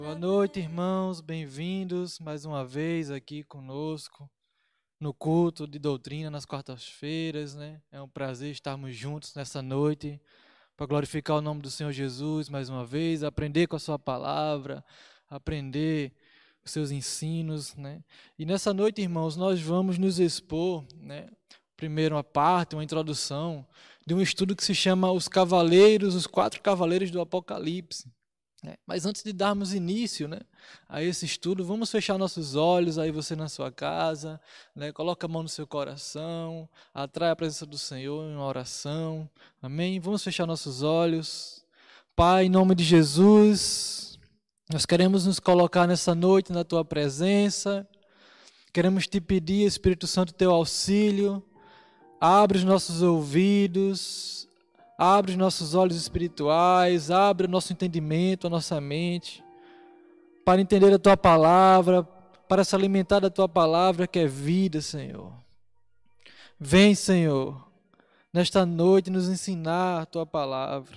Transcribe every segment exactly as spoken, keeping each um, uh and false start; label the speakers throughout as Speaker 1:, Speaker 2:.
Speaker 1: Boa noite, irmãos, bem-vindos mais uma vez aqui conosco no culto de doutrina nas quartas-feiras, né? É um prazer estarmos juntos nessa noite para glorificar o nome do Senhor Jesus mais uma vez, aprender com a sua palavra, aprender os seus ensinos, né? E nessa noite, irmãos, nós vamos nos expor, né? Primeiro uma parte, uma introdução de um estudo que se chama Os Cavaleiros, os Quatro Cavaleiros do Apocalipse. É, mas antes de darmos início, né, a esse estudo, vamos fechar nossos olhos, aí você na sua casa, né, coloca a mão no seu coração, atrai a presença do Senhor em uma oração, amém? Vamos fechar nossos olhos. Pai, em nome de Jesus, nós queremos nos colocar nessa noite na Tua presença, queremos Te pedir, Espírito Santo, Teu auxílio, abre os nossos ouvidos, abre os nossos olhos espirituais, abre o nosso entendimento, a nossa mente, para entender a Tua palavra, para se alimentar da Tua palavra que é vida, Senhor. Vem, Senhor, nesta noite nos ensinar a Tua palavra.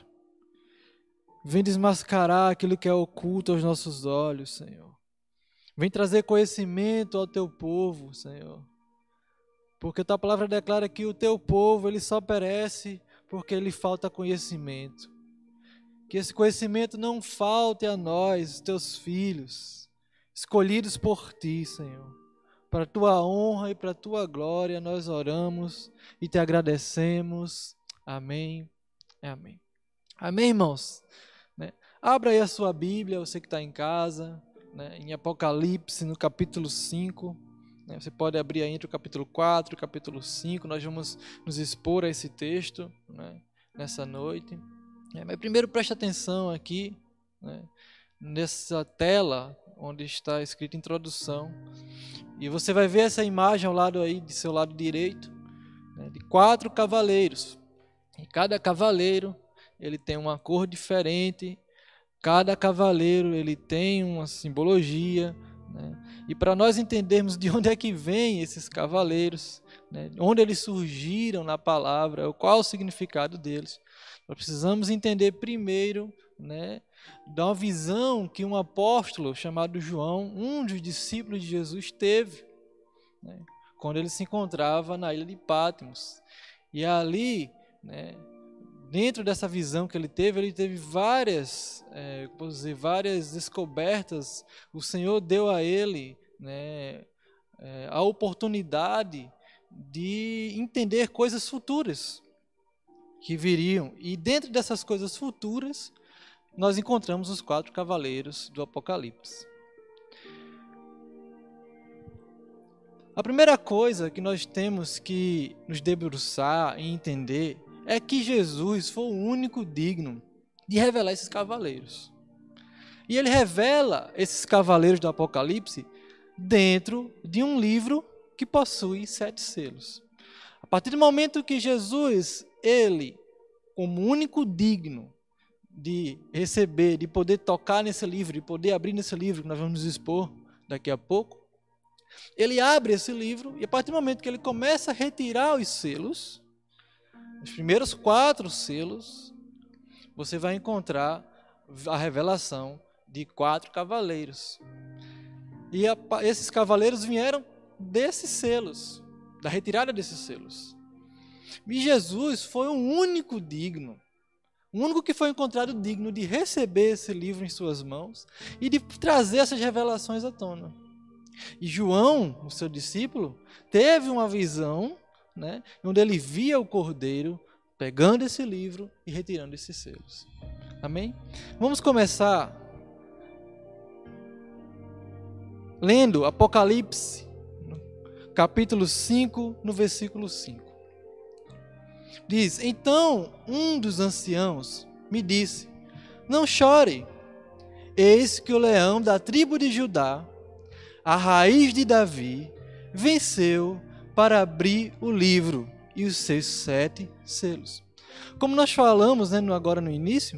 Speaker 1: Vem desmascarar aquilo que é oculto aos nossos olhos, Senhor. Vem trazer conhecimento ao Teu povo, Senhor. Porque a Tua palavra declara que o Teu povo, ele só perece porque lhe falta conhecimento. Que esse conhecimento não falte a nós, teus filhos, escolhidos por ti, Senhor. Para a tua honra e para a tua glória, nós oramos e te agradecemos. Amém. Amém. Amém, irmãos? Né? Abra aí a sua Bíblia, você que está em casa, né? Em Apocalipse, no capítulo cinco. Você pode abrir aí entre o capítulo quatro e o capítulo cinco, nós vamos nos expor a esse texto, né, nessa noite. É, mas primeiro preste atenção aqui, né, nessa tela onde está escrita introdução. E você vai ver essa imagem ao lado aí, de seu lado direito, né, de quatro cavaleiros. E cada cavaleiro ele tem uma cor diferente, cada cavaleiro ele tem uma simbologia, né? E para nós entendermos de onde é que vêm esses cavaleiros, né? Onde eles surgiram na palavra, qual o significado deles, nós precisamos entender primeiro, né, da uma visão que um apóstolo chamado João, um dos discípulos de Jesus, teve, né, quando ele se encontrava na ilha de Patmos. E ali, né, dentro dessa visão que ele teve, ele teve várias, é, posso dizer, várias descobertas. O Senhor deu a ele, né, é, a oportunidade de entender coisas futuras que viriam. E dentro dessas coisas futuras, nós encontramos os quatro cavaleiros do Apocalipse. A primeira coisa que nós temos que nos debruçar e entender é que Jesus foi o único digno de revelar esses cavaleiros. E ele revela esses cavaleiros do Apocalipse dentro de um livro que possui sete selos. A partir do momento que Jesus, ele, como único digno de receber, de poder tocar nesse livro, de poder abrir nesse livro, que nós vamos nos expor daqui a pouco, ele abre esse livro e a partir do momento que ele começa a retirar os selos, os primeiros quatro selos, você vai encontrar a revelação de quatro cavaleiros. E a, esses cavaleiros vieram desses selos, da retirada desses selos. E Jesus foi o único digno, o único que foi encontrado digno de receber esse livro em suas mãos e de trazer essas revelações à tona. E João, o seu discípulo, teve uma visão, né, onde ele via o Cordeiro pegando esse livro e retirando esses selos. Amém? Vamos começar lendo Apocalipse, capítulo cinco, no versículo cinco. Diz: Então um dos anciãos me disse: Não chore, eis que o leão da tribo de Judá, a raiz de Davi, venceu para abrir o livro e os seus sete selos. Como nós falamos, né, agora no início,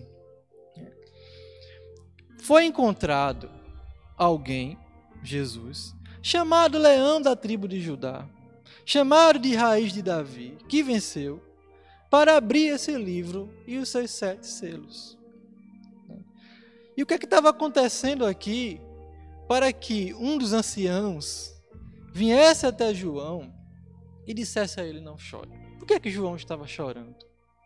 Speaker 1: foi encontrado alguém, Jesus, chamado Leão da tribo de Judá, chamado de raiz de Davi, que venceu para abrir esse livro e os seus sete selos. E o que é que estava acontecendo aqui para que um dos anciãos viesse até João e dissesse a ele: não chore? Por que é que João estava chorando?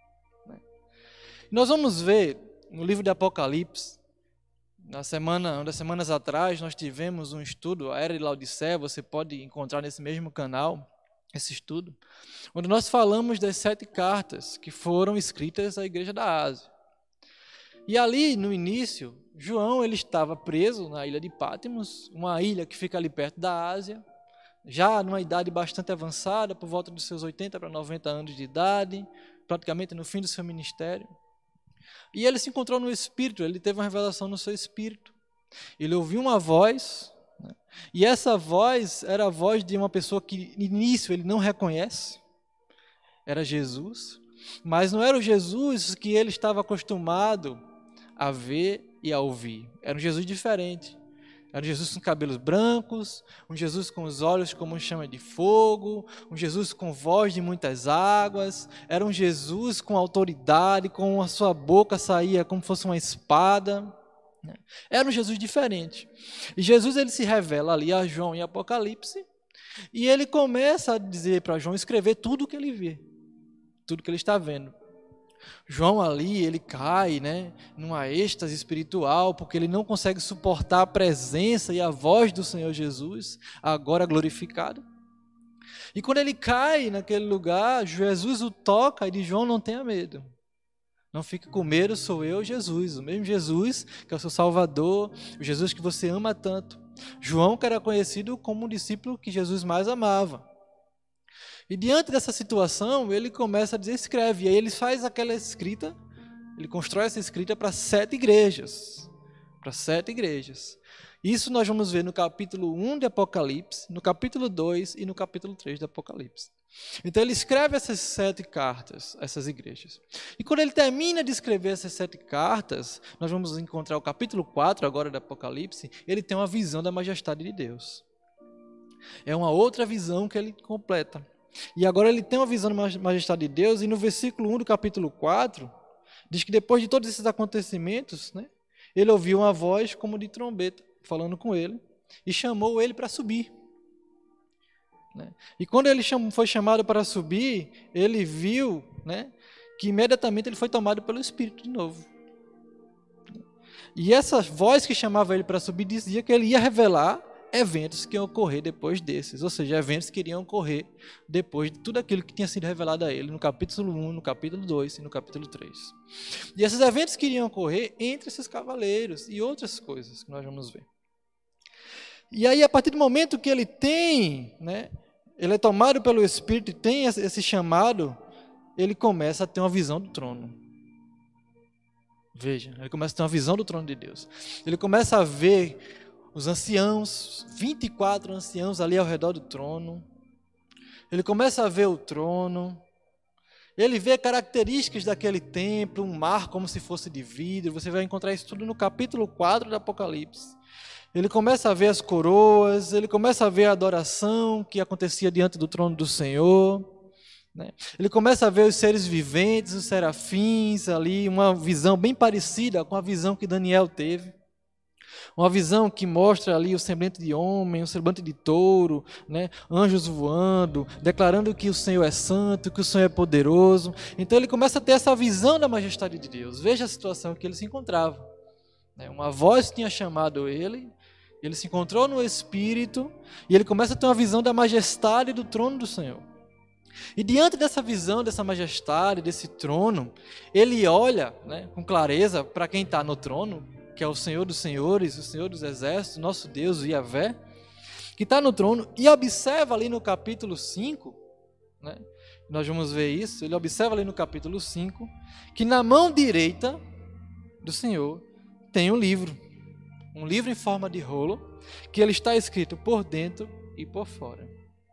Speaker 1: Nós vamos ver no livro de Apocalipse, na semana, umas semanas atrás, nós tivemos um estudo, a Era de Laodiceia, você pode encontrar nesse mesmo canal, esse estudo, onde nós falamos das sete cartas que foram escritas à igreja da Ásia. E ali, no início, João ele estava preso na ilha de Patmos, uma ilha que fica ali perto da Ásia, já numa idade bastante avançada, por volta dos seus oitenta para noventa anos de idade, praticamente no fim do seu ministério. E ele se encontrou no Espírito, ele teve uma revelação no seu Espírito. Ele ouviu uma voz, né? E essa voz era a voz de uma pessoa que, no início, ele não reconhece. Era Jesus, mas não era o Jesus que ele estava acostumado a ver e a ouvir. Era um Jesus diferente. Era um Jesus com cabelos brancos, um Jesus com os olhos como chama de fogo, um Jesus com voz de muitas águas, era um Jesus com autoridade, com a sua boca saía como fosse uma espada. Era um Jesus diferente. E Jesus ele se revela ali a João em Apocalipse, e ele começa a dizer para João escrever tudo o que ele vê, tudo que ele está vendo. João ali, ele cai, né, numa êxtase espiritual, porque ele não consegue suportar a presença e a voz do Senhor Jesus, agora glorificado. E quando ele cai naquele lugar, Jesus o toca e diz: João, não tenha medo. Não fique com medo, sou eu, Jesus, o mesmo Jesus que é o seu Salvador, o Jesus que você ama tanto. João, que era conhecido como o discípulo que Jesus mais amava. E diante dessa situação, ele começa a dizer: escreve. E aí ele faz aquela escrita, ele constrói essa escrita para sete igrejas. Para sete igrejas. Isso nós vamos ver no capítulo um de Apocalipse, no capítulo dois e no capítulo três de Apocalipse. Então ele escreve essas sete cartas, essas igrejas. E quando ele termina de escrever essas sete cartas, nós vamos encontrar o capítulo quatro agora de Apocalipse, ele tem uma visão da majestade de Deus. É uma outra visão que ele completa. E agora ele tem uma visão da majestade de Deus, e no versículo um do capítulo quatro, diz que depois de todos esses acontecimentos, né, ele ouviu uma voz como de trombeta, falando com ele, e chamou ele para subir. Né? E quando ele foi chamado para subir, ele viu, né, que imediatamente ele foi tomado pelo Espírito de novo. E essa voz que chamava ele para subir dizia que ele ia revelar eventos que iam ocorrer depois desses, ou seja, eventos que iriam ocorrer depois de tudo aquilo que tinha sido revelado a ele no capítulo um, no capítulo dois e no capítulo três. E esses eventos que iriam ocorrer entre esses cavaleiros e outras coisas que nós vamos ver. E aí, a partir do momento que ele tem, né, ele é tomado pelo Espírito e tem esse chamado, ele começa a ter uma visão do trono. Veja, ele começa a ter uma visão do trono de Deus. Ele começa a ver os anciãos, vinte e quatro anciãos ali ao redor do trono. Ele começa a ver o trono. Ele vê características daquele templo, um mar como se fosse de vidro. Você vai encontrar isso tudo no capítulo quatro do Apocalipse. Ele começa a ver as coroas, ele começa a ver a adoração que acontecia diante do trono do Senhor. Né? Ele começa a ver os seres viventes, os serafins ali, uma visão bem parecida com a visão que Daniel teve. Uma visão que mostra ali o semblante de homem, o semblante de touro, né? Anjos voando, declarando que o Senhor é santo, que o Senhor é poderoso. Então ele começa a ter essa visão da majestade de Deus. Veja a situação que ele se encontrava. Uma voz tinha chamado ele, ele se encontrou no Espírito e ele começa a ter uma visão da majestade do trono do Senhor. E diante dessa visão, dessa majestade, desse trono, ele olha, né, com clareza para quem está no trono, que é o Senhor dos Senhores, o Senhor dos Exércitos, nosso Deus, Yahvé, que está no trono, e observa ali no capítulo cinco, né, nós vamos ver isso, ele observa ali no capítulo cinco, que na mão direita do Senhor tem um livro, um livro em forma de rolo, que ele está escrito por dentro e por fora.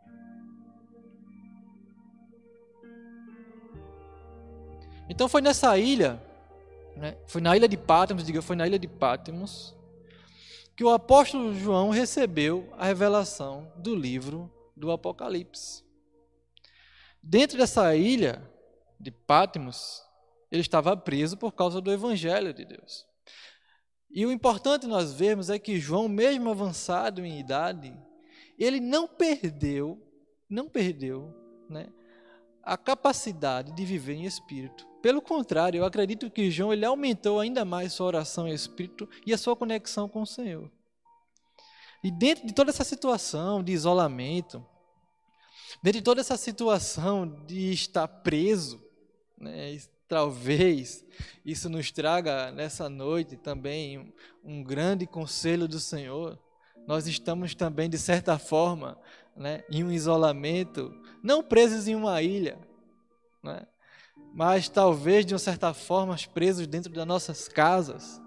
Speaker 1: Então foi nessa ilha, né, foi na ilha de Patmos, diga, foi na ilha de Patmos, que o apóstolo João recebeu a revelação do livro do Apocalipse. Dentro dessa ilha de Patmos, ele estava preso por causa do Evangelho de Deus. E o importante nós vermos é que João, mesmo avançado em idade, ele não perdeu, não perdeu, né, a capacidade de viver em espírito. Pelo contrário, eu acredito que João ele aumentou ainda mais sua oração em espírito e a sua conexão com o Senhor. E dentro de toda essa situação de isolamento, dentro de toda essa situação de estar preso, né, talvez isso nos traga nessa noite também um, um grande conselho do Senhor. Nós estamos também, de certa forma, né, em um isolamento, não presos em uma ilha, né, mas talvez, de uma certa forma, presos dentro das nossas casas.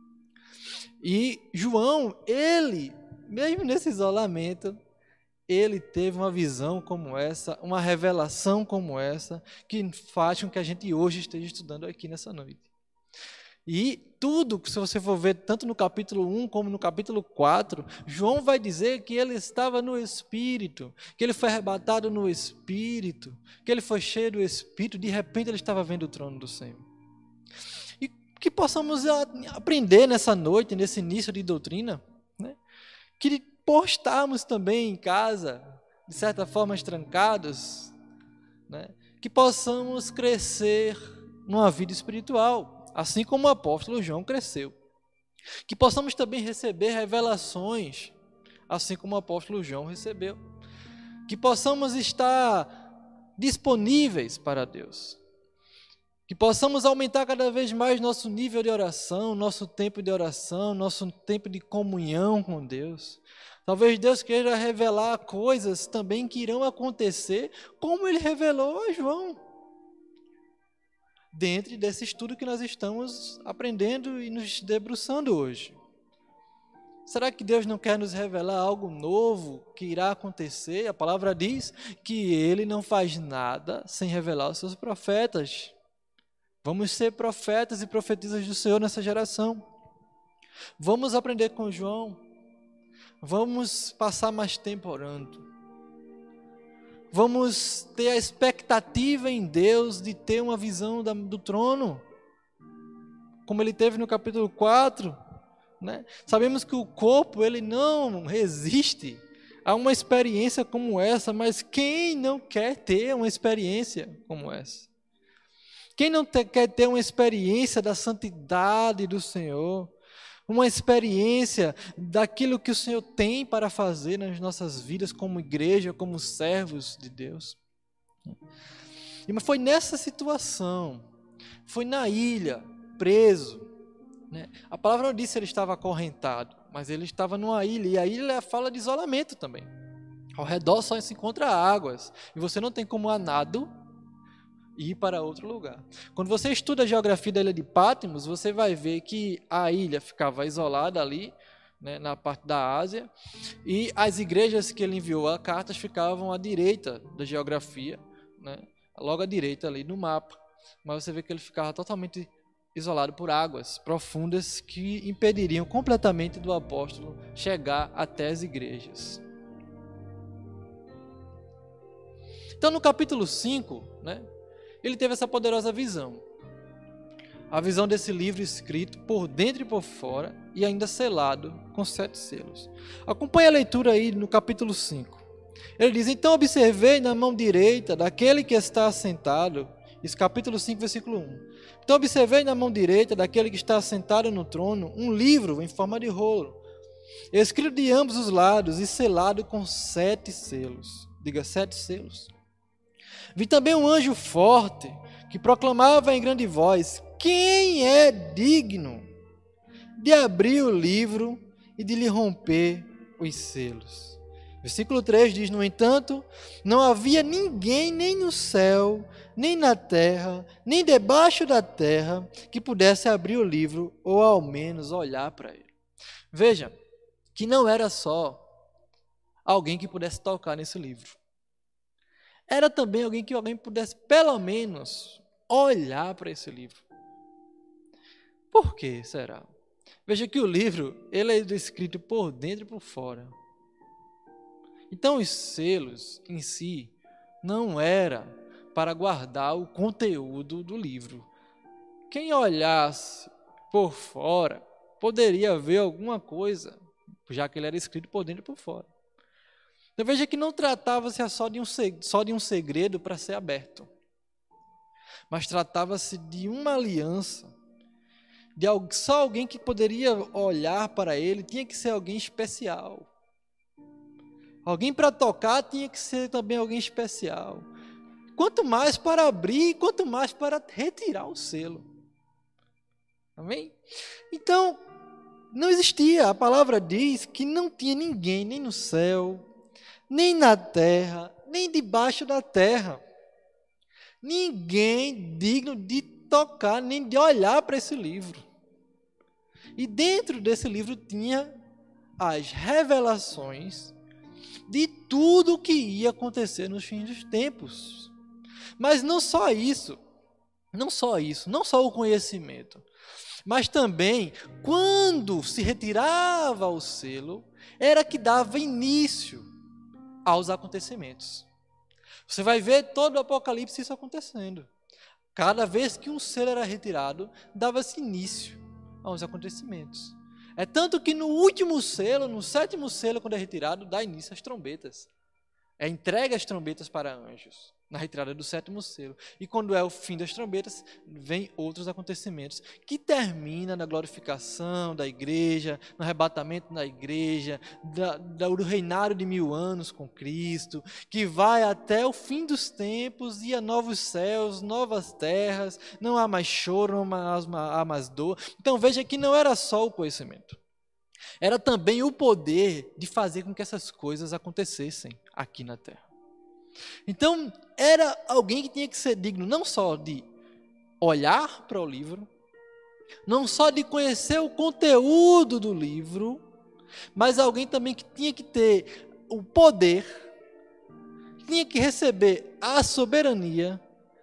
Speaker 1: E João, ele, mesmo nesse isolamento, ele teve uma visão como essa, uma revelação como essa, que faz com que a gente hoje esteja estudando aqui nessa noite. E tudo, se você for ver, tanto no capítulo um como no capítulo quatro, João vai dizer que ele estava no Espírito, que ele foi arrebatado no Espírito, que ele foi cheio do Espírito, de repente ele estava vendo o trono do Senhor. E que possamos aprender nessa noite, nesse início de doutrina, né? Que por estarmos também em casa, de certa forma trancados, né, que possamos crescer numa vida espiritual, assim como o apóstolo João cresceu. Que possamos também receber revelações, assim como o apóstolo João recebeu. Que possamos estar disponíveis para Deus. Que possamos aumentar cada vez mais nosso nível de oração, nosso tempo de oração, nosso tempo de comunhão com Deus. Talvez Deus queira revelar coisas também que irão acontecer, como Ele revelou a João. Dentro desse estudo que nós estamos aprendendo e nos debruçando hoje. Será que Deus não quer nos revelar algo novo que irá acontecer? A palavra diz que Ele não faz nada sem revelar os seus profetas. Vamos ser profetas e profetisas do Senhor nessa geração. Vamos aprender com João. Vamos passar mais tempo orando. Vamos ter a expectativa em Deus de ter uma visão da, do trono, como ele teve no capítulo quatro. Né? Sabemos que o corpo ele não resiste a uma experiência como essa, mas quem não quer ter uma experiência como essa? Quem não te, quer ter uma experiência da santidade do Senhor? Uma experiência daquilo que o Senhor tem para fazer nas nossas vidas como igreja, como servos de Deus. E foi nessa situação, foi na ilha, preso. Né? A palavra não disse que ele estava acorrentado, mas ele estava numa ilha, e a ilha fala de isolamento também. Ao redor só se encontra águas, e você não tem como a nado ir para outro lugar. Quando você estuda a geografia da ilha de Patmos, você vai ver que a ilha ficava isolada ali, né, na parte da Ásia, e as igrejas que ele enviou a cartas ficavam à direita da geografia, né, logo à direita ali no mapa. Mas você vê que ele ficava totalmente isolado por águas profundas que impediriam completamente do apóstolo chegar até as igrejas. Então, no capítulo cinco, né, ele teve essa poderosa visão. A visão desse livro escrito por dentro e por fora e ainda selado com sete selos. Acompanhe a leitura aí no capítulo cinco. Ele diz: então observei na mão direita daquele que está assentado. Isso, capítulo cinco, versículo um. Então observei na mão direita daquele que está assentado no trono um livro em forma de rolo, escrito de ambos os lados e selado com sete selos. Diga, sete selos. Vi também um anjo forte que proclamava em grande voz: quem é digno de abrir o livro e de lhe romper os selos? Versículo três diz: no entanto, não havia ninguém nem no céu, nem na terra, nem debaixo da terra que pudesse abrir o livro ou ao menos olhar para ele. Veja que não era só alguém que pudesse tocar nesse livro. Era também alguém que alguém pudesse, pelo menos, olhar para esse livro. Por que será? Veja que o livro ele é escrito por dentro e por fora. Então, os selos em si não era para guardar o conteúdo do livro. Quem olhasse por fora poderia haver alguma coisa, já que ele era escrito por dentro e por fora. Então veja que não tratava-se só de um, só de um segredo para ser aberto, mas tratava-se de uma aliança, de só alguém que poderia olhar para ele, tinha que ser alguém especial. Alguém para tocar tinha que ser também alguém especial. Quanto mais para abrir, quanto mais para retirar o selo. Amém? Então, não existia. A palavra diz que não tinha ninguém, nem no céu, nem na terra, nem debaixo da terra. Ninguém digno de tocar, nem de olhar para esse livro. E dentro desse livro tinha as revelações de tudo o que ia acontecer nos fins dos tempos. Mas não só isso, não só isso, não só o conhecimento, mas também, quando se retirava o selo, era que dava início aos acontecimentos. Você vai ver todo o Apocalipse isso acontecendo. Cada vez que um selo era retirado, dava-se início aos acontecimentos. É tanto que no último selo, no sétimo selo, quando é retirado, dá início às trombetas. É entregue as trombetas para anjos, na retirada do sétimo selo. E quando é o fim das trombetas, vem outros acontecimentos, que termina na glorificação da igreja, no arrebatamento da igreja, da, da, do reinado de mil anos com Cristo, que vai até o fim dos tempos e a novos céus, novas terras, não há mais choro, não há mais dor. Então veja que não era só o conhecimento. Era também o poder de fazer com que essas coisas acontecessem aqui na terra. Então, era alguém que tinha que ser digno não só de olhar para o livro, não só de conhecer o conteúdo do livro, mas alguém também que tinha que ter o poder, tinha que receber a soberania,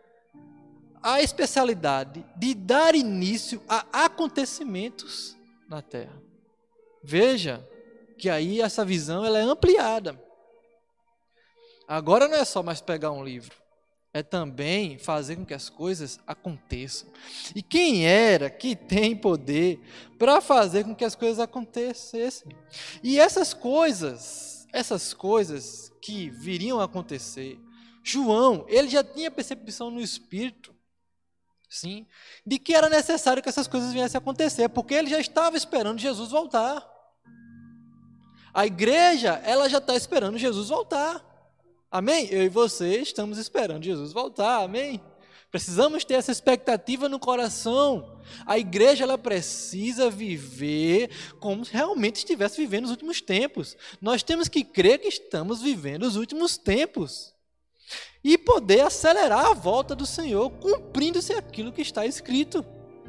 Speaker 1: a especialidade de dar início a acontecimentos na terra. Veja que aí essa visão ela é ampliada. Agora não é só mais pegar um livro, é também fazer com que as coisas aconteçam. E quem era que tem poder para fazer com que as coisas acontecessem? E essas coisas, essas coisas que viriam a acontecer, João, ele já tinha percepção no Espírito, sim, de que era necessário que essas coisas viessem a acontecer, porque ele já estava esperando Jesus voltar. A igreja, ela já está esperando Jesus voltar. Amém? Eu e você estamos esperando Jesus voltar. Amém? Precisamos ter essa expectativa no coração. A igreja, ela precisa viver como se realmente estivesse vivendo os últimos tempos. Nós temos que crer que estamos vivendo os últimos tempos. E poder acelerar a volta do Senhor, cumprindo-se aquilo que está escrito.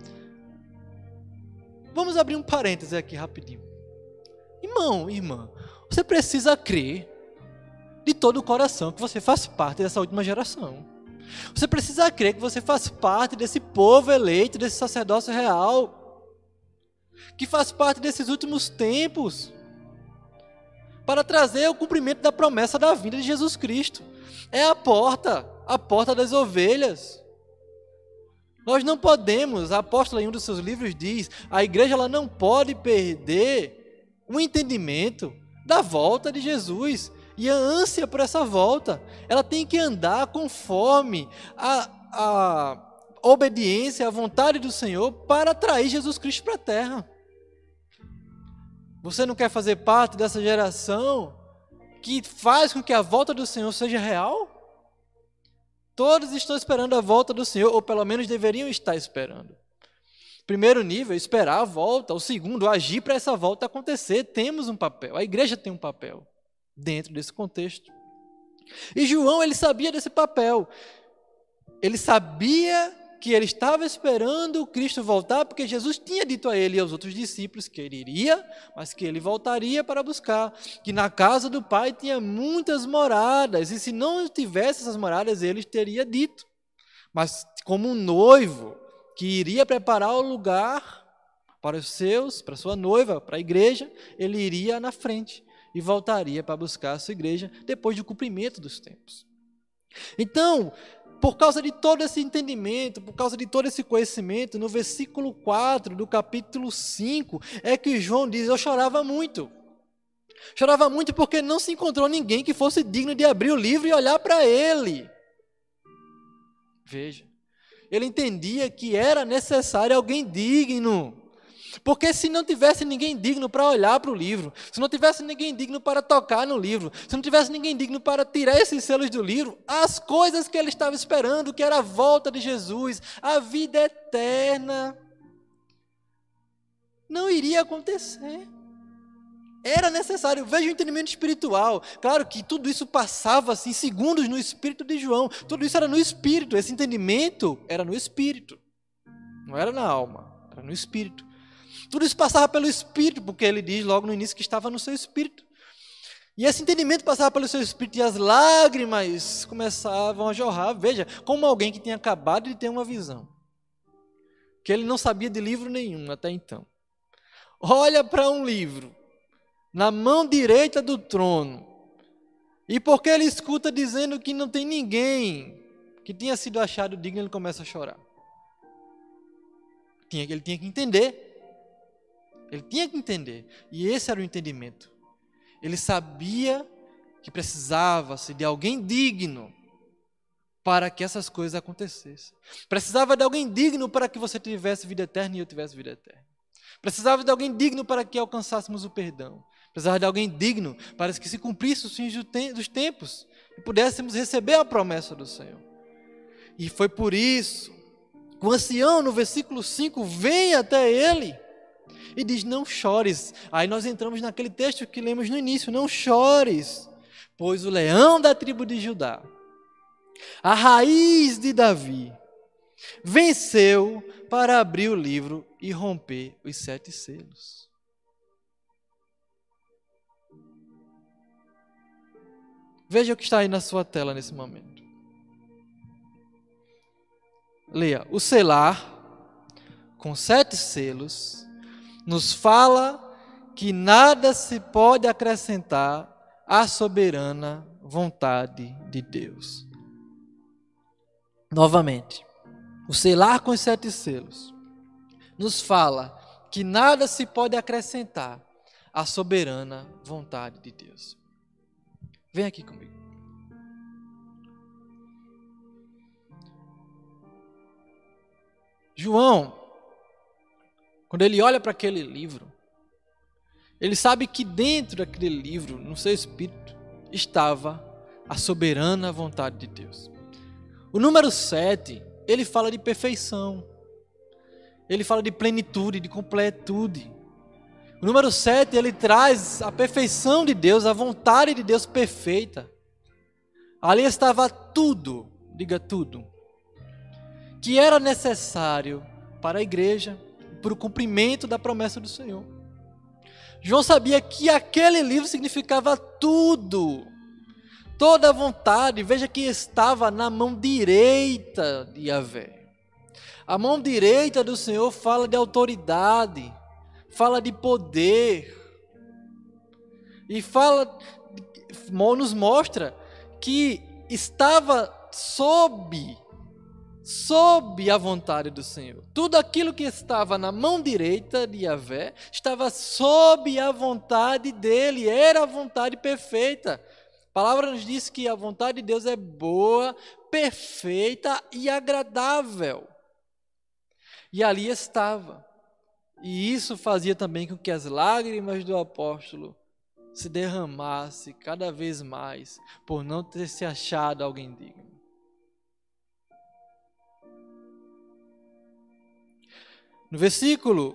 Speaker 1: Vamos abrir um parêntese aqui rapidinho. Irmão, irmã, você precisa crer de todo o coração que você faz parte dessa última geração. Você precisa crer que você faz parte desse povo eleito, desse sacerdócio real, que faz parte desses últimos tempos, para trazer o cumprimento da promessa da vinda de Jesus Cristo. É a porta, a porta das ovelhas. Nós não podemos, a apóstola em um dos seus livros diz, a igreja ela não pode perder o entendimento da volta de Jesus e a ânsia por essa volta. Ela tem que andar conforme a, a obediência, a vontade do Senhor para atrair Jesus Cristo para a terra. Você não quer fazer parte dessa geração que faz com que a volta do Senhor seja real? Todos estão esperando a volta do Senhor, ou pelo menos deveriam estar esperando. Primeiro nível, esperar a volta. O segundo, agir para essa volta acontecer. Temos um papel, a igreja tem um papel dentro desse contexto. E João, ele sabia desse papel. Ele sabia que ele estava esperando o Cristo voltar, porque Jesus tinha dito a ele e aos outros discípulos que ele iria, mas que ele voltaria para buscar, que na casa do Pai tinha muitas moradas, e se não tivesse essas moradas, ele teria dito. Mas como um noivo que iria preparar o lugar para os seus, para a sua noiva, para a igreja, ele iria na frente e voltaria para buscar a sua igreja depois do cumprimento dos tempos. Então, por causa de todo esse entendimento, por causa de todo esse conhecimento, no versículo quatro do capítulo cinco, é que João diz: eu chorava muito. Chorava muito porque não se encontrou ninguém que fosse digno de abrir o livro e olhar para ele. Veja, ele entendia que era necessário alguém digno. Porque se não tivesse ninguém digno para olhar para o livro, se não tivesse ninguém digno para tocar no livro, se não tivesse ninguém digno para tirar esses selos do livro, as coisas que ele estava esperando, que era a volta de Jesus, a vida eterna, não iria acontecer. Era necessário. Veja o entendimento espiritual. Claro que tudo isso passava assim, segundos no espírito de João. Tudo isso era no espírito. Esse entendimento era no espírito. Não era na alma, era no espírito. Tudo isso passava pelo espírito, porque ele diz logo no início que estava no seu espírito. E esse entendimento passava pelo seu espírito e as lágrimas começavam a jorrar. Veja, como alguém que tinha acabado de ter uma visão, que ele não sabia de livro nenhum até então. Olha para um livro na mão direita do trono, e porque ele escuta dizendo que não tem ninguém que tinha sido achado digno, ele começa a chorar. Ele tinha que entender. Ele tinha que entender. E esse era o entendimento. Ele sabia que precisava-se de alguém digno para que essas coisas acontecessem. Precisava de alguém digno para que você tivesse vida eterna e eu tivesse vida eterna. Precisava de alguém digno para que alcançássemos o perdão. Precisava de alguém digno para que se cumprisse os fins dos tempos e pudéssemos receber a promessa do Senhor. E foi por isso que o ancião, no versículo cinco, vem até ele e diz: não chores. Aí nós entramos naquele texto que lemos no início: não chores, pois o leão da tribo de Judá, a raiz de Davi, venceu para abrir o livro e romper os sete selos. Veja o que está aí na sua tela nesse momento. Leia: o selar, com sete selos, nos fala que nada se pode acrescentar à soberana vontade de Deus. Novamente, o selar com os sete selos nos fala que nada se pode acrescentar à soberana vontade de Deus. Vem aqui comigo. João, quando ele olha para aquele livro, ele sabe que dentro daquele livro, no seu espírito, estava a soberana vontade de Deus. O número sete, ele fala de perfeição. Ele fala de plenitude, de completude. O número sete, ele traz a perfeição de Deus, a vontade de Deus perfeita. Ali estava tudo, diga tudo, que era necessário para a igreja, para o cumprimento da promessa do Senhor. João sabia que aquele livro significava tudo, toda a vontade. Veja que estava na mão direita de Yahvé. A mão direita do Senhor fala de autoridade, fala de poder, e fala, nos mostra que estava sob, sob a vontade do Senhor. Tudo aquilo que estava na mão direita de Yahvé estava sob a vontade dele, era a vontade perfeita. A palavra nos diz que a vontade de Deus é boa, perfeita e agradável. E ali estava. E isso fazia também com que as lágrimas do apóstolo se derramassem cada vez mais, por não ter se achado alguém digno. No versículo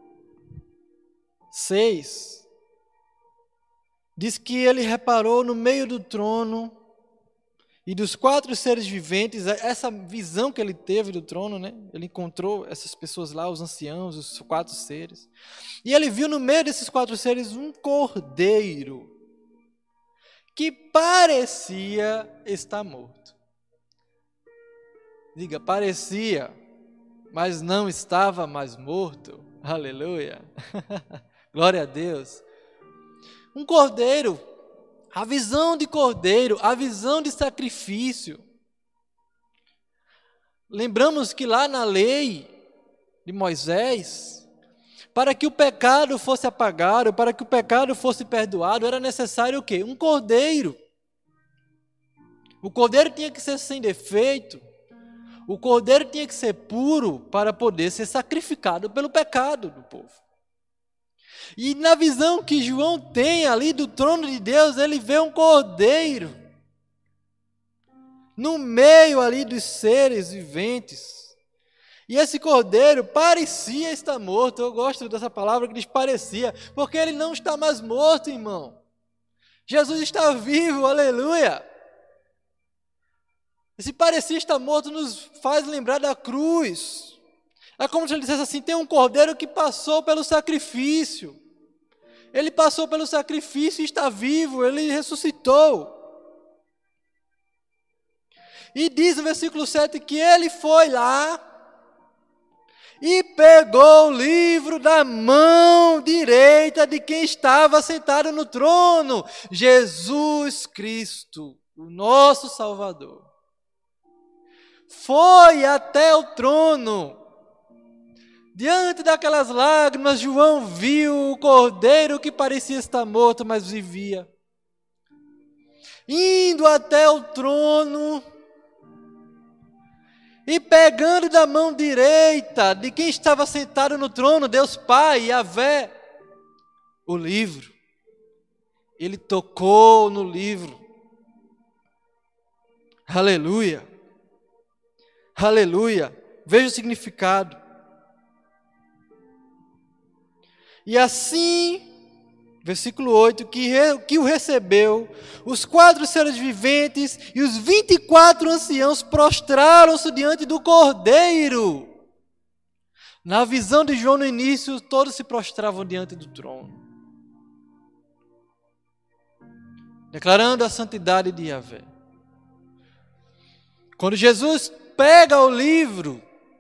Speaker 1: seis, diz que ele reparou no meio do trono e dos quatro seres viventes, essa visão que ele teve do trono, né? Ele encontrou essas pessoas lá, os anciãos, os quatro seres. E ele viu no meio desses quatro seres um cordeiro que parecia estar morto. Diga, parecia, mas não estava mais morto. Aleluia. Glória a Deus. Um cordeiro. A visão de cordeiro, a visão de sacrifício, lembramos que lá na lei de Moisés, para que o pecado fosse apagado, para que o pecado fosse perdoado, era necessário o quê? Um cordeiro. O cordeiro tinha que ser sem defeito. O cordeiro tinha que ser puro para poder ser sacrificado pelo pecado do povo. E na visão que João tem ali do trono de Deus, ele vê um cordeiro no meio ali dos seres viventes. E esse cordeiro parecia estar morto. Eu gosto dessa palavra que diz parecia, porque ele não está mais morto, irmão. Jesus está vivo, aleluia. Esse parecia estar morto nos faz lembrar da cruz. É como se ele dissesse assim, tem um cordeiro que passou pelo sacrifício. Ele passou pelo sacrifício e está vivo, ele ressuscitou. E diz no versículo sete que ele foi lá e pegou o livro da mão direita de quem estava sentado no trono, Jesus Cristo, o nosso Salvador. Foi até o trono. Diante daquelas lágrimas, João viu o cordeiro que parecia estar morto, mas vivia. Indo até o trono e pegando da mão direita de quem estava sentado no trono, Deus Pai, Yahvé, o livro. Ele tocou no livro. Aleluia. Aleluia. Veja o significado. E assim, versículo oito, que, re, que o recebeu, os quatro seres viventes e os vinte e quatro anciãos prostraram-se diante do Cordeiro. Na visão de João no início, todos se prostravam diante do trono, declarando a santidade de Yahvé. Quando Jesus pega o livro,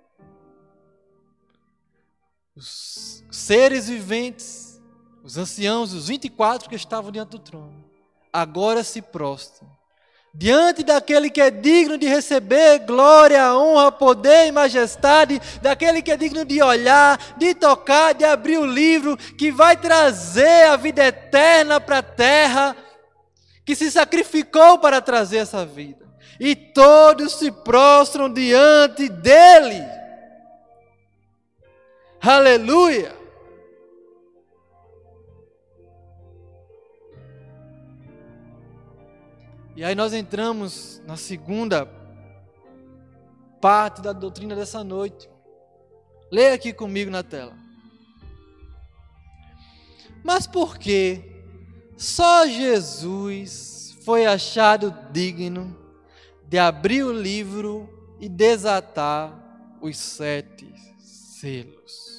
Speaker 1: os seres viventes, os anciãos, os vinte e quatro que estavam diante do trono, agora se prostram diante daquele que é digno de receber glória, honra, poder e majestade, daquele que é digno de olhar, de tocar, de abrir o livro, que vai trazer a vida eterna para a terra, que se sacrificou para trazer essa vida. E todos se prostram diante dele. Aleluia! E aí nós entramos na segunda parte da doutrina dessa noite. Leia aqui comigo na tela. Mas por que só Jesus foi achado digno de abrir o livro e desatar os sete selos?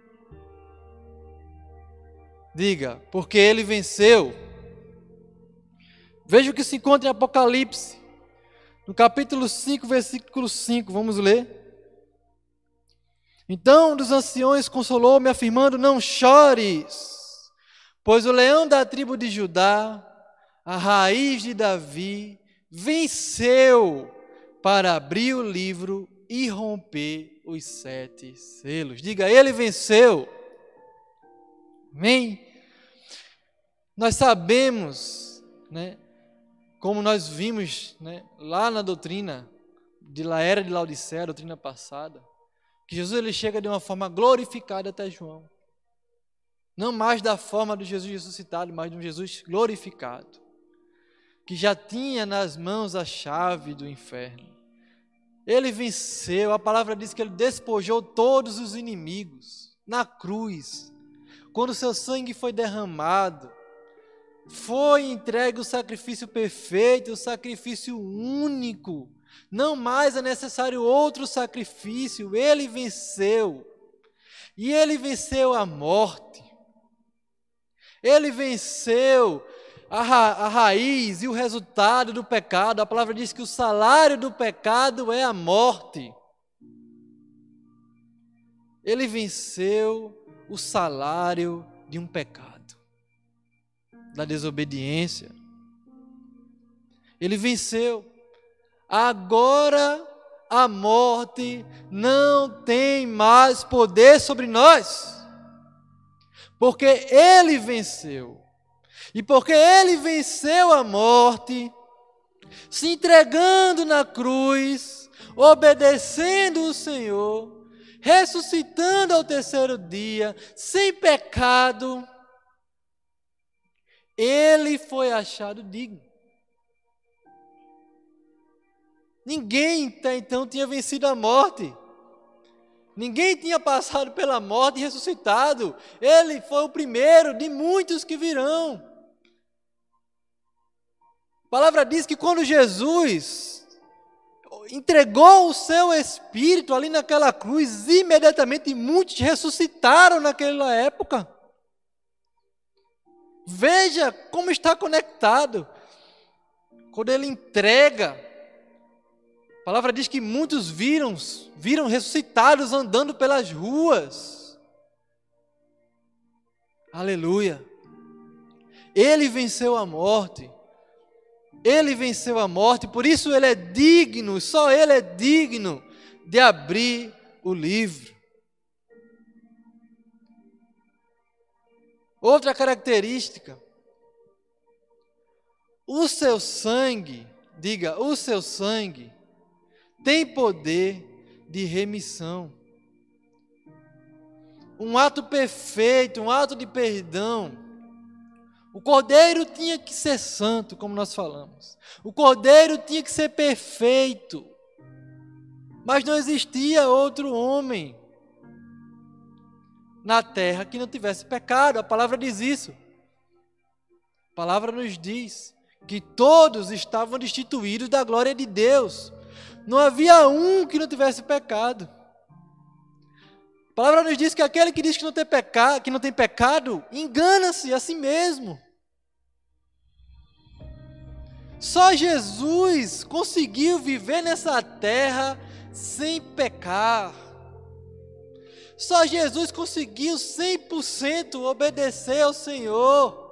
Speaker 1: Diga, porque ele venceu. Veja o que se encontra em Apocalipse, no capítulo cinco, versículo cinco, vamos ler. Então um dos anciões consolou-me, afirmando, não chores, pois o leão da tribo de Judá, a raiz de Davi, venceu para abrir o livro e romper os sete selos. Diga, ele venceu. Amém? Nós sabemos, né? Como nós vimos, né, lá na doutrina de la era de Laodiceia, a doutrina passada, que Jesus ele chega de uma forma glorificada até João. Não mais da forma do Jesus ressuscitado, mas de um Jesus glorificado, que já tinha nas mãos a chave do inferno. Ele venceu, a palavra diz que ele despojou todos os inimigos na cruz. Quando o seu sangue foi derramado, foi entregue o sacrifício perfeito, o sacrifício único. Não mais é necessário outro sacrifício. Ele venceu. E ele venceu a morte. Ele venceu a, ra- a raiz e o resultado do pecado. A palavra diz que o salário do pecado é a morte. Ele venceu o salário de um pecado, da desobediência. Ele venceu. Agora a morte não tem mais poder sobre nós. Porque Ele venceu. E porque Ele venceu a morte, se entregando na cruz, obedecendo o Senhor, ressuscitando ao terceiro dia, sem pecado, Ele foi achado digno. Ninguém até então tinha vencido a morte. Ninguém tinha passado pela morte e ressuscitado. Ele foi o primeiro de muitos que virão. A palavra diz que quando Jesus entregou o seu Espírito ali naquela cruz, imediatamente muitos ressuscitaram naquela época. Veja como está conectado. Quando Ele entrega, a palavra diz que muitos viram, viram ressuscitados andando pelas ruas. Aleluia. Ele venceu a morte. Ele venceu a morte, por isso Ele é digno, só Ele é digno de abrir o livro. Outra característica, o seu sangue, diga, o seu sangue tem poder de remissão. Um ato perfeito, um ato de perdão. O cordeiro tinha que ser santo, como nós falamos. O cordeiro tinha que ser perfeito. Mas não existia outro homem na terra que não tivesse pecado. A palavra diz isso. A palavra nos diz que todos estavam destituídos da glória de Deus. Não havia um que não tivesse pecado. A palavra nos diz que aquele que diz que não tem pecado, que não tem pecado, engana-se a si mesmo. Só Jesus conseguiu viver nessa terra sem pecar. Só Jesus conseguiu cem por cento obedecer ao Senhor.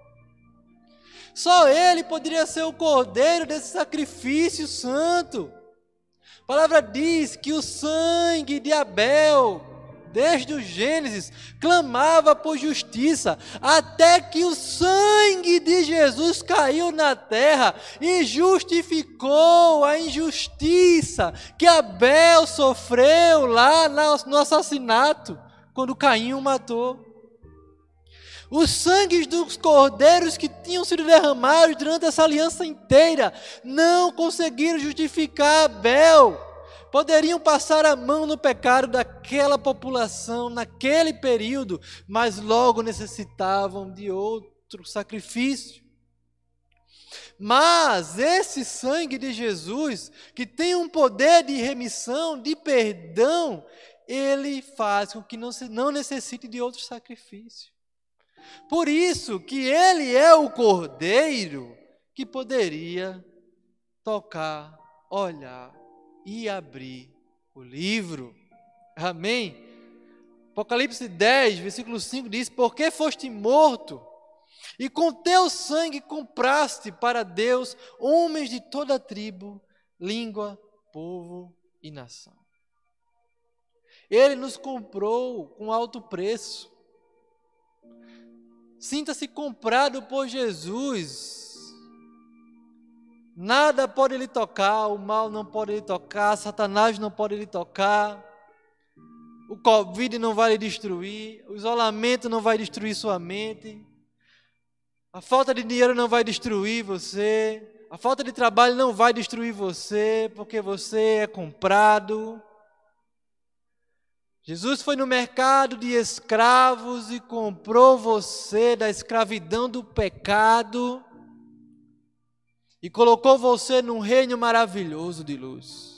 Speaker 1: Só Ele poderia ser o cordeiro desse sacrifício santo. A palavra diz que o sangue de Abel, desde o Gênesis, clamava por justiça, até que o sangue de Jesus caiu na terra e justificou a injustiça que Abel sofreu lá no assassinato, quando Caim o matou. Os sangues dos cordeiros que tinham sido derramados durante essa aliança inteira não conseguiram justificar Abel. Poderiam passar a mão no pecado daquela população naquele período, mas logo necessitavam de outro sacrifício. Mas esse sangue de Jesus, que tem um poder de remissão, de perdão, ele faz com que não, se, não necessite de outro sacrifício. Por isso que ele é o cordeiro que poderia tocar, olhar e abrir o livro. Amém? Apocalipse dez, versículo cinco diz: porque foste morto, e com teu sangue compraste para Deus homens de toda tribo, língua, povo e nação. Ele nos comprou com alto preço. Sinta-se comprado por Jesus. Nada pode lhe tocar, o mal não pode lhe tocar, Satanás não pode lhe tocar, o Covid não vai lhe destruir, o isolamento não vai destruir sua mente, a falta de dinheiro não vai destruir você, a falta de trabalho não vai destruir você, porque você é comprado. Jesus foi no mercado de escravos e comprou você da escravidão do pecado e colocou você num reino maravilhoso de luz.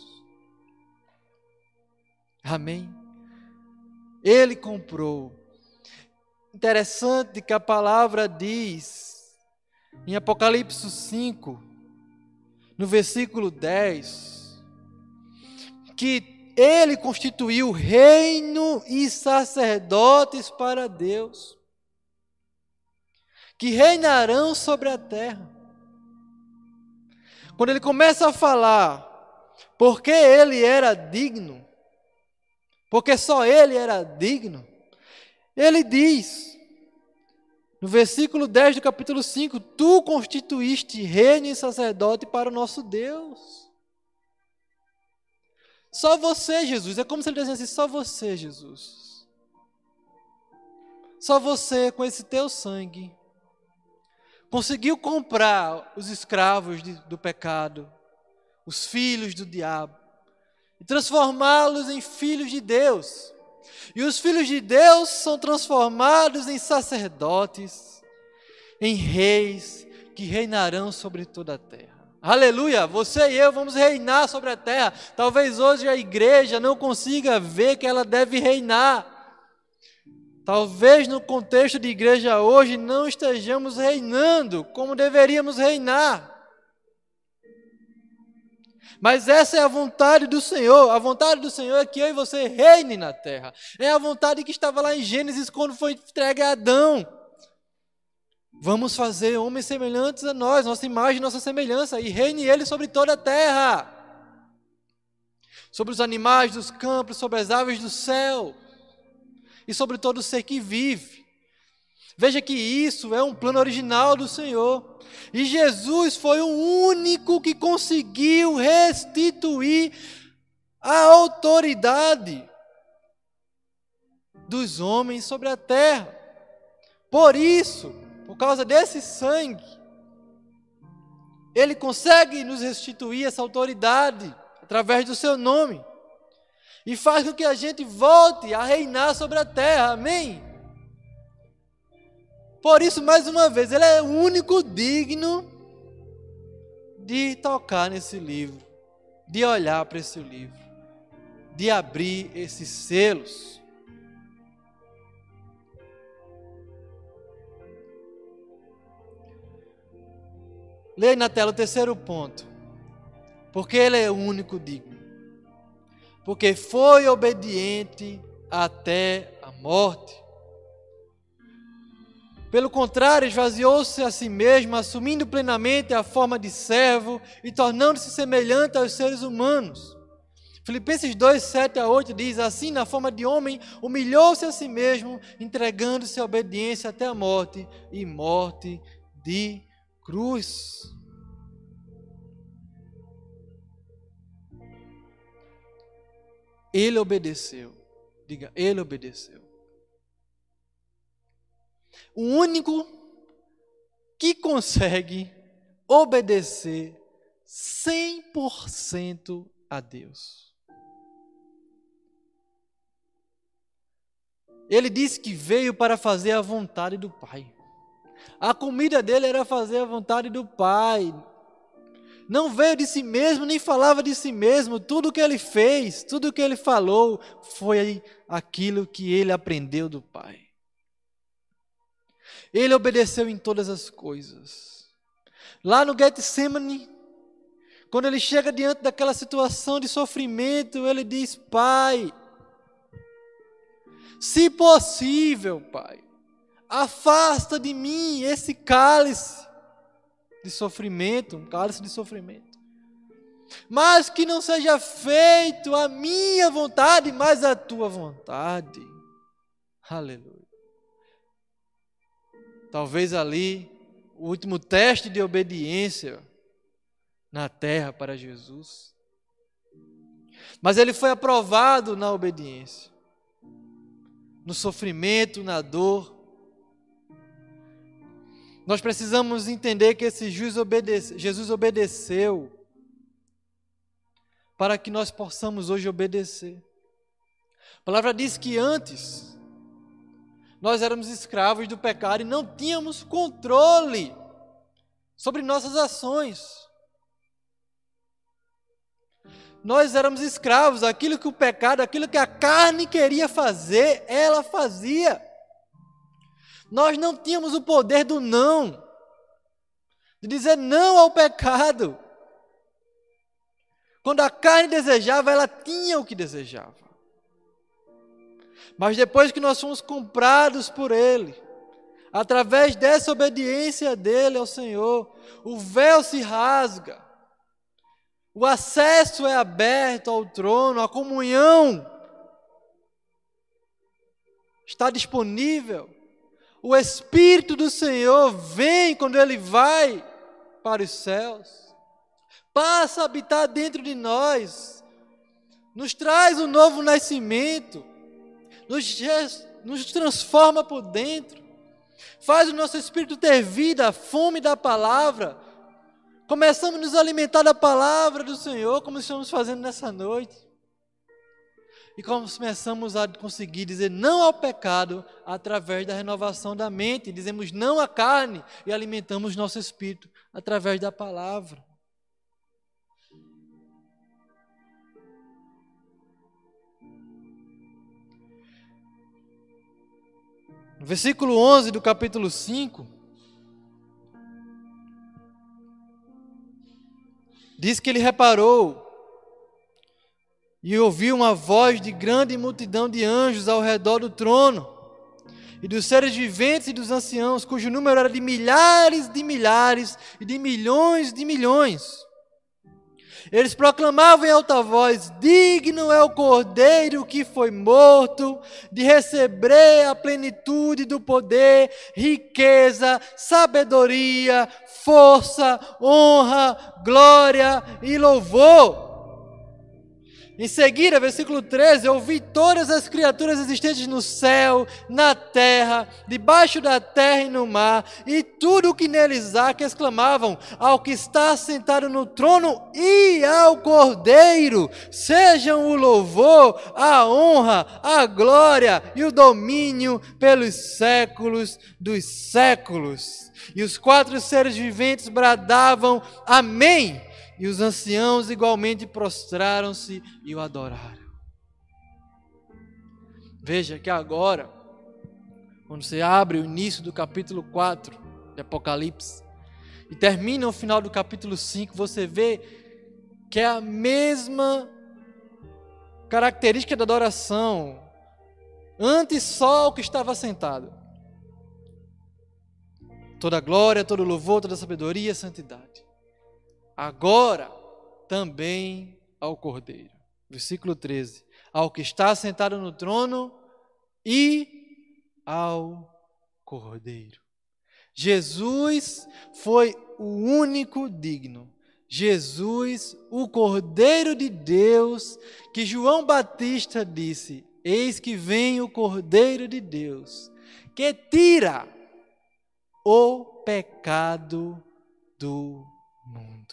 Speaker 1: Amém? Ele comprou. Interessante que a palavra diz em Apocalipse cinco, no versículo dez, que Ele constituiu reino e sacerdotes para Deus, que reinarão sobre a terra. Quando ele começa a falar porque ele era digno, porque só ele era digno, ele diz, no versículo dez do capítulo cinco, tu constituíste reino e sacerdote para o nosso Deus. Só você, Jesus. É como se ele dissesse assim, só você, Jesus. Só você, com esse teu sangue, conseguiu comprar os escravos de, do pecado, os filhos do diabo, e transformá-los em filhos de Deus. E os filhos de Deus são transformados em sacerdotes, em reis, que reinarão sobre toda a terra. Aleluia! Você e eu vamos reinar sobre a terra. Talvez hoje a igreja não consiga ver que ela deve reinar. Talvez no contexto de igreja hoje não estejamos reinando como deveríamos reinar. Mas essa é a vontade do Senhor. A vontade do Senhor é que eu e você reine na terra. É a vontade que estava lá em Gênesis quando foi entregue a Adão. Vamos fazer homens semelhantes a nós, nossa imagem, nossa semelhança, e reine ele sobre toda a terra. Sobre os animais dos campos, sobre as aves do céu, e sobre todo ser que vive. Veja que isso é um plano original do Senhor. E Jesus foi o único que conseguiu restituir a autoridade dos homens sobre a terra. Por isso, por causa desse sangue, Ele consegue nos restituir essa autoridade através do seu nome. E faz com que a gente volte a reinar sobre a terra. Amém? Por isso, mais uma vez, Ele é o único digno de tocar nesse livro, de olhar para esse livro, de abrir esses selos. Leia na tela o terceiro ponto. Porque Ele é o único digno. Porque foi obediente até a morte. Pelo contrário, esvaziou-se a si mesmo, assumindo plenamente a forma de servo e tornando-se semelhante aos seres humanos. Filipenses dois, sete a oito diz, assim, na forma de homem, humilhou-se a si mesmo, entregando-se à obediência até a morte, e morte de cruz. Ele obedeceu. Diga, Ele obedeceu. O único que consegue obedecer cem por cento a Deus. Ele disse que veio para fazer a vontade do Pai. A comida dele era fazer a vontade do Pai. Não veio de si mesmo, nem falava de si mesmo. Tudo que ele fez, tudo que ele falou, foi aquilo que ele aprendeu do Pai. Ele obedeceu em todas as coisas. Lá no Getsemane, quando ele chega diante daquela situação de sofrimento, ele diz, Pai, se possível, Pai, afasta de mim esse cálice de sofrimento, um cálice de sofrimento. Mas que não seja feito a minha vontade, mas a tua vontade. Aleluia. Talvez ali, o último teste de obediência na terra para Jesus. Mas ele foi aprovado na obediência, no sofrimento, na dor. Nós precisamos entender que esse Jesus, obedece, Jesus obedeceu para que nós possamos hoje obedecer. A palavra diz que antes nós éramos escravos do pecado e não tínhamos controle sobre nossas ações. Nós éramos escravos, aquilo que o pecado, aquilo que a carne queria fazer, ela fazia. Nós não tínhamos o poder do não, de dizer não ao pecado. Quando a carne desejava, ela tinha o que desejava. Mas depois que nós fomos comprados por Ele, através dessa obediência dele ao Senhor, o véu se rasga. O acesso é aberto ao trono, a comunhão está disponível. O Espírito do Senhor vem quando Ele vai para os céus, passa a habitar dentro de nós, nos traz um novo nascimento, nos, nos transforma por dentro, faz o nosso espírito ter vida, a fome da palavra. Começamos a nos alimentar da palavra do Senhor, como estamos fazendo nessa noite. E começamos a conseguir dizer não ao pecado através da renovação da mente. Dizemos não à carne e alimentamos nosso espírito através da palavra. No versículo onze do capítulo cinco, diz que ele reparou e ouviu uma voz de grande multidão de anjos ao redor do trono, e dos seres viventes e dos anciãos, cujo número era de milhares de milhares e de milhões de milhões. Eles proclamavam em alta voz: digno é o Cordeiro que foi morto de receber a plenitude do poder, riqueza, sabedoria, força, honra, glória e louvor. Em seguida, versículo treze, eu vi todas as criaturas existentes no céu, na terra, debaixo da terra e no mar, e tudo o que neles há, que exclamavam: ao que está sentado no trono e ao Cordeiro, sejam o louvor, a honra, a glória e o domínio pelos séculos dos séculos. E os quatro seres viventes bradavam: amém! E os anciãos igualmente prostraram-se e o adoraram. Veja que agora, quando você abre o início do capítulo quatro de Apocalipse e termina o final do capítulo cinco, você vê que é a mesma característica da adoração. Antes só o que estava sentado. Toda glória, todo louvor, toda sabedoria, santidade. Agora também ao Cordeiro. Versículo treze. Ao que está sentado no trono e ao Cordeiro. Jesus foi o único digno. Jesus, o Cordeiro de Deus, que João Batista disse: eis que vem o Cordeiro de Deus, que tira o pecado do mundo.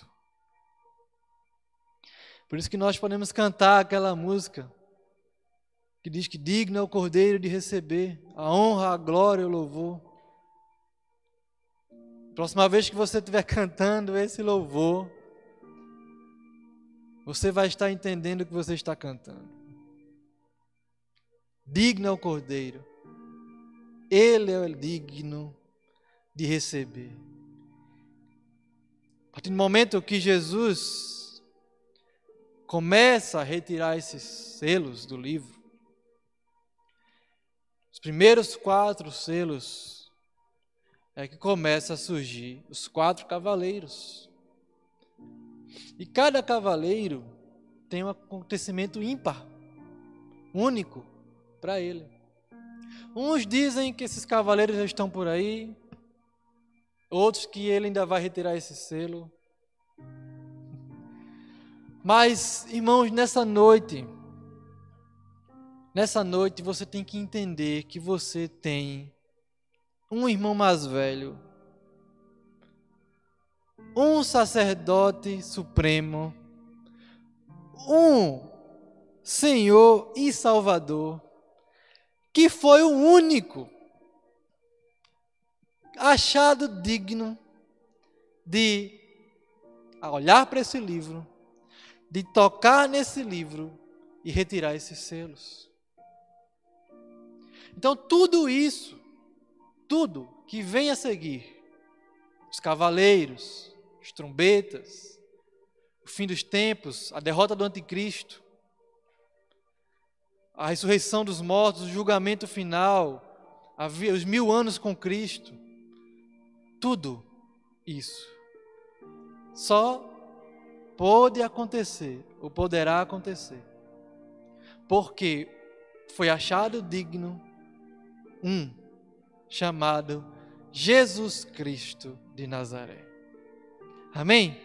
Speaker 1: Por isso que nós podemos cantar aquela música que diz que digno é o Cordeiro de receber a honra, a glória e o louvor. Próxima vez que você estiver cantando esse louvor, você vai estar entendendo o que você está cantando. Digno é o Cordeiro. Ele é digno de receber. A partir do momento que Jesus começa a retirar esses selos do livro, os primeiros quatro selos, é que começa a surgir os quatro cavaleiros. E cada cavaleiro tem um acontecimento ímpar, único para ele. Uns dizem que esses cavaleiros já estão por aí, outros que ele ainda vai retirar esse selo. Mas, irmãos, nessa noite, nessa noite você tem que entender que você tem um irmão mais velho, um sacerdote supremo, um Senhor e Salvador, que foi o único achado digno de olhar para esse livro, de tocar nesse livro e retirar esses selos. Então tudo isso, tudo que vem a seguir, os cavaleiros, os trombetas, o fim dos tempos, a derrota do anticristo, a ressurreição dos mortos, o julgamento final, os mil anos com Cristo, tudo isso só pôde acontecer, ou poderá acontecer, porque foi achado digno um chamado Jesus Cristo de Nazaré. Amém?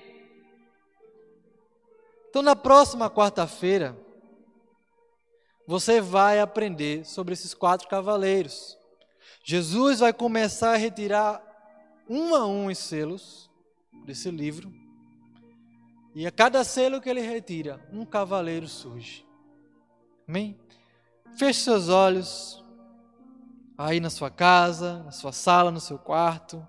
Speaker 1: Então, na próxima quarta-feira, você vai aprender sobre esses quatro cavaleiros. Jesus vai começar a retirar um a um os selos desse livro. E a cada selo que ele retira, um cavaleiro surge. Amém? Feche seus olhos, aí na sua casa, na sua sala, no seu quarto.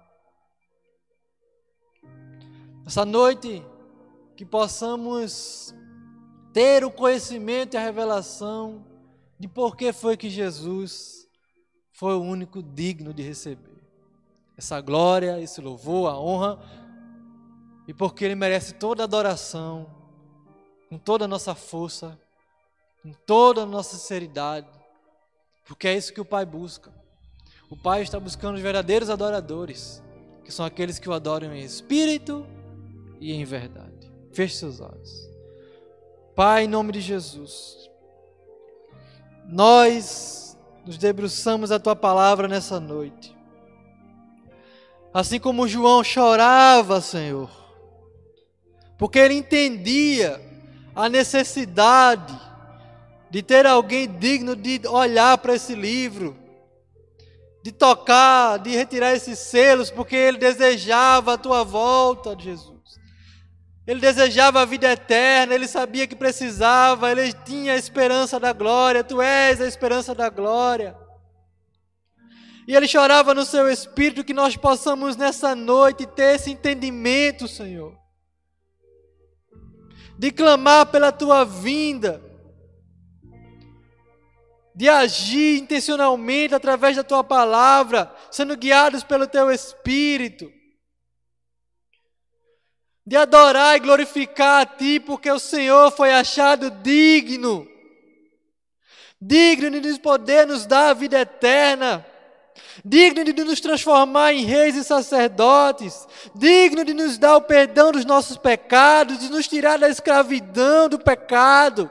Speaker 1: Essa noite, que possamos ter o conhecimento e a revelação de por que foi que Jesus foi o único digno de receber essa glória, esse louvor, a honra, e porque Ele merece toda a adoração, com toda a nossa força, com toda a nossa sinceridade, porque é isso que o Pai busca. O Pai está buscando os verdadeiros adoradores, que são aqueles que o adoram em espírito e em verdade. Feche seus olhos. Pai, em nome de Jesus, nós nos debruçamos a Tua palavra nessa noite. Assim como João chorava, Senhor, porque ele entendia a necessidade de ter alguém digno de olhar para esse livro, de tocar, de retirar esses selos, porque ele desejava a Tua volta, Jesus. Ele desejava a vida eterna, ele sabia que precisava, ele tinha a esperança da glória. Tu és a esperança da glória. E ele chorava no seu espírito que nós possamos nessa noite ter esse entendimento, Senhor, de clamar pela Tua vinda, de agir intencionalmente através da Tua palavra, sendo guiados pelo Teu Espírito, de adorar e glorificar a Ti, porque o Senhor foi achado digno, digno de nos poder nos dar a vida eterna, digno de nos transformar em reis e sacerdotes, digno de nos dar o perdão dos nossos pecados, de nos tirar da escravidão do pecado.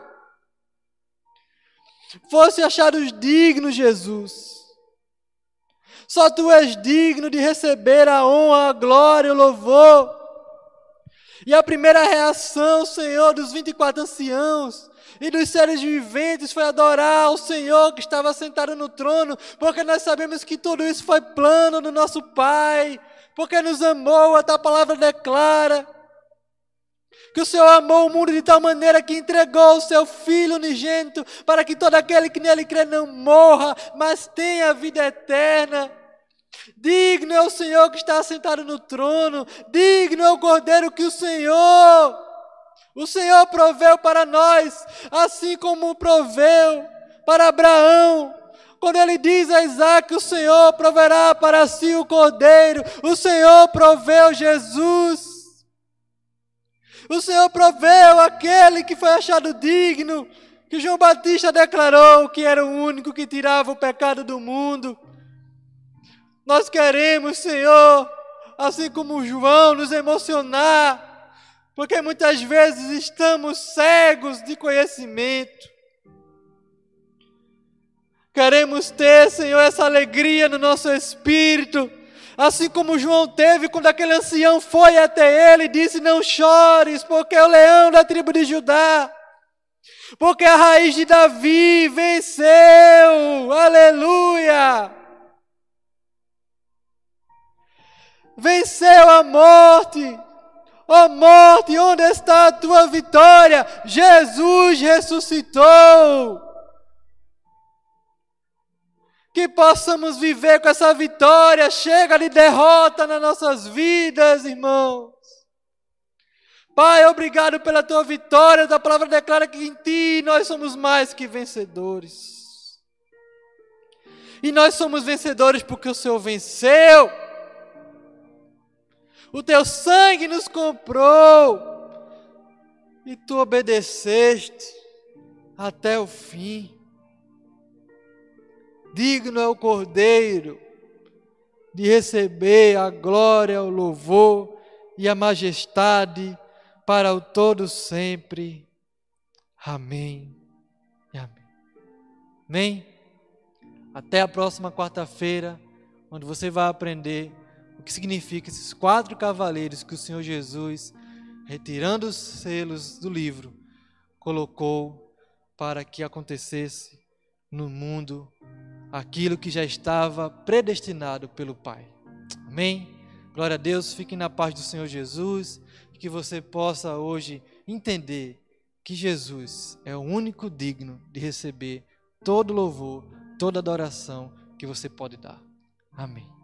Speaker 1: Fosse achados dignos, Jesus. Só Tu és digno de receber a honra, a glória e o louvor. E a primeira reação, Senhor, dos vinte e quatro anciãos e dos seres viventes foi adorar o Senhor que estava sentado no trono, porque nós sabemos que tudo isso foi plano do nosso Pai, porque nos amou, a Tua palavra declara que o Senhor amou o mundo de tal maneira que entregou o Seu Filho unigênito, para que todo aquele que nele crê não morra, mas tenha a vida eterna. Digno é o Senhor que está sentado no trono, digno é o Cordeiro que o Senhor, o Senhor proveu para nós, assim como proveu para Abraão, quando ele diz a Isaac, o Senhor proverá para si o Cordeiro, o Senhor proveu Jesus, o Senhor proveu aquele que foi achado digno, que João Batista declarou que era o único que tirava o pecado do mundo. Nós queremos, Senhor, assim como João, nos emocionar, porque muitas vezes estamos cegos de conhecimento. Queremos ter, Senhor, essa alegria no nosso espírito, assim como João teve quando aquele ancião foi até ele e disse: não chores, porque é o leão da tribo de Judá, porque a raiz de Davi venceu, aleluia! Venceu a morte. Ó morte, onde está a tua vitória? Jesus ressuscitou. Que possamos viver com essa vitória. Chega de derrota nas nossas vidas, irmãos. Pai, obrigado pela tua vitória. A palavra declara que em Ti nós somos mais que vencedores. E nós somos vencedores porque o Senhor venceu. O Teu sangue nos comprou e Tu obedeceste até o fim. Digno é o Cordeiro de receber a glória, o louvor e a majestade, para o todo sempre. Amém e amém. Amém? Até a próxima quarta-feira, onde você vai aprender o que significa esses quatro cavaleiros que o Senhor Jesus, retirando os selos do livro, colocou para que acontecesse no mundo aquilo que já estava predestinado pelo Pai. Amém? Glória a Deus, fique na paz do Senhor Jesus e que você possa hoje entender que Jesus é o único digno de receber todo louvor, toda adoração que você pode dar. Amém.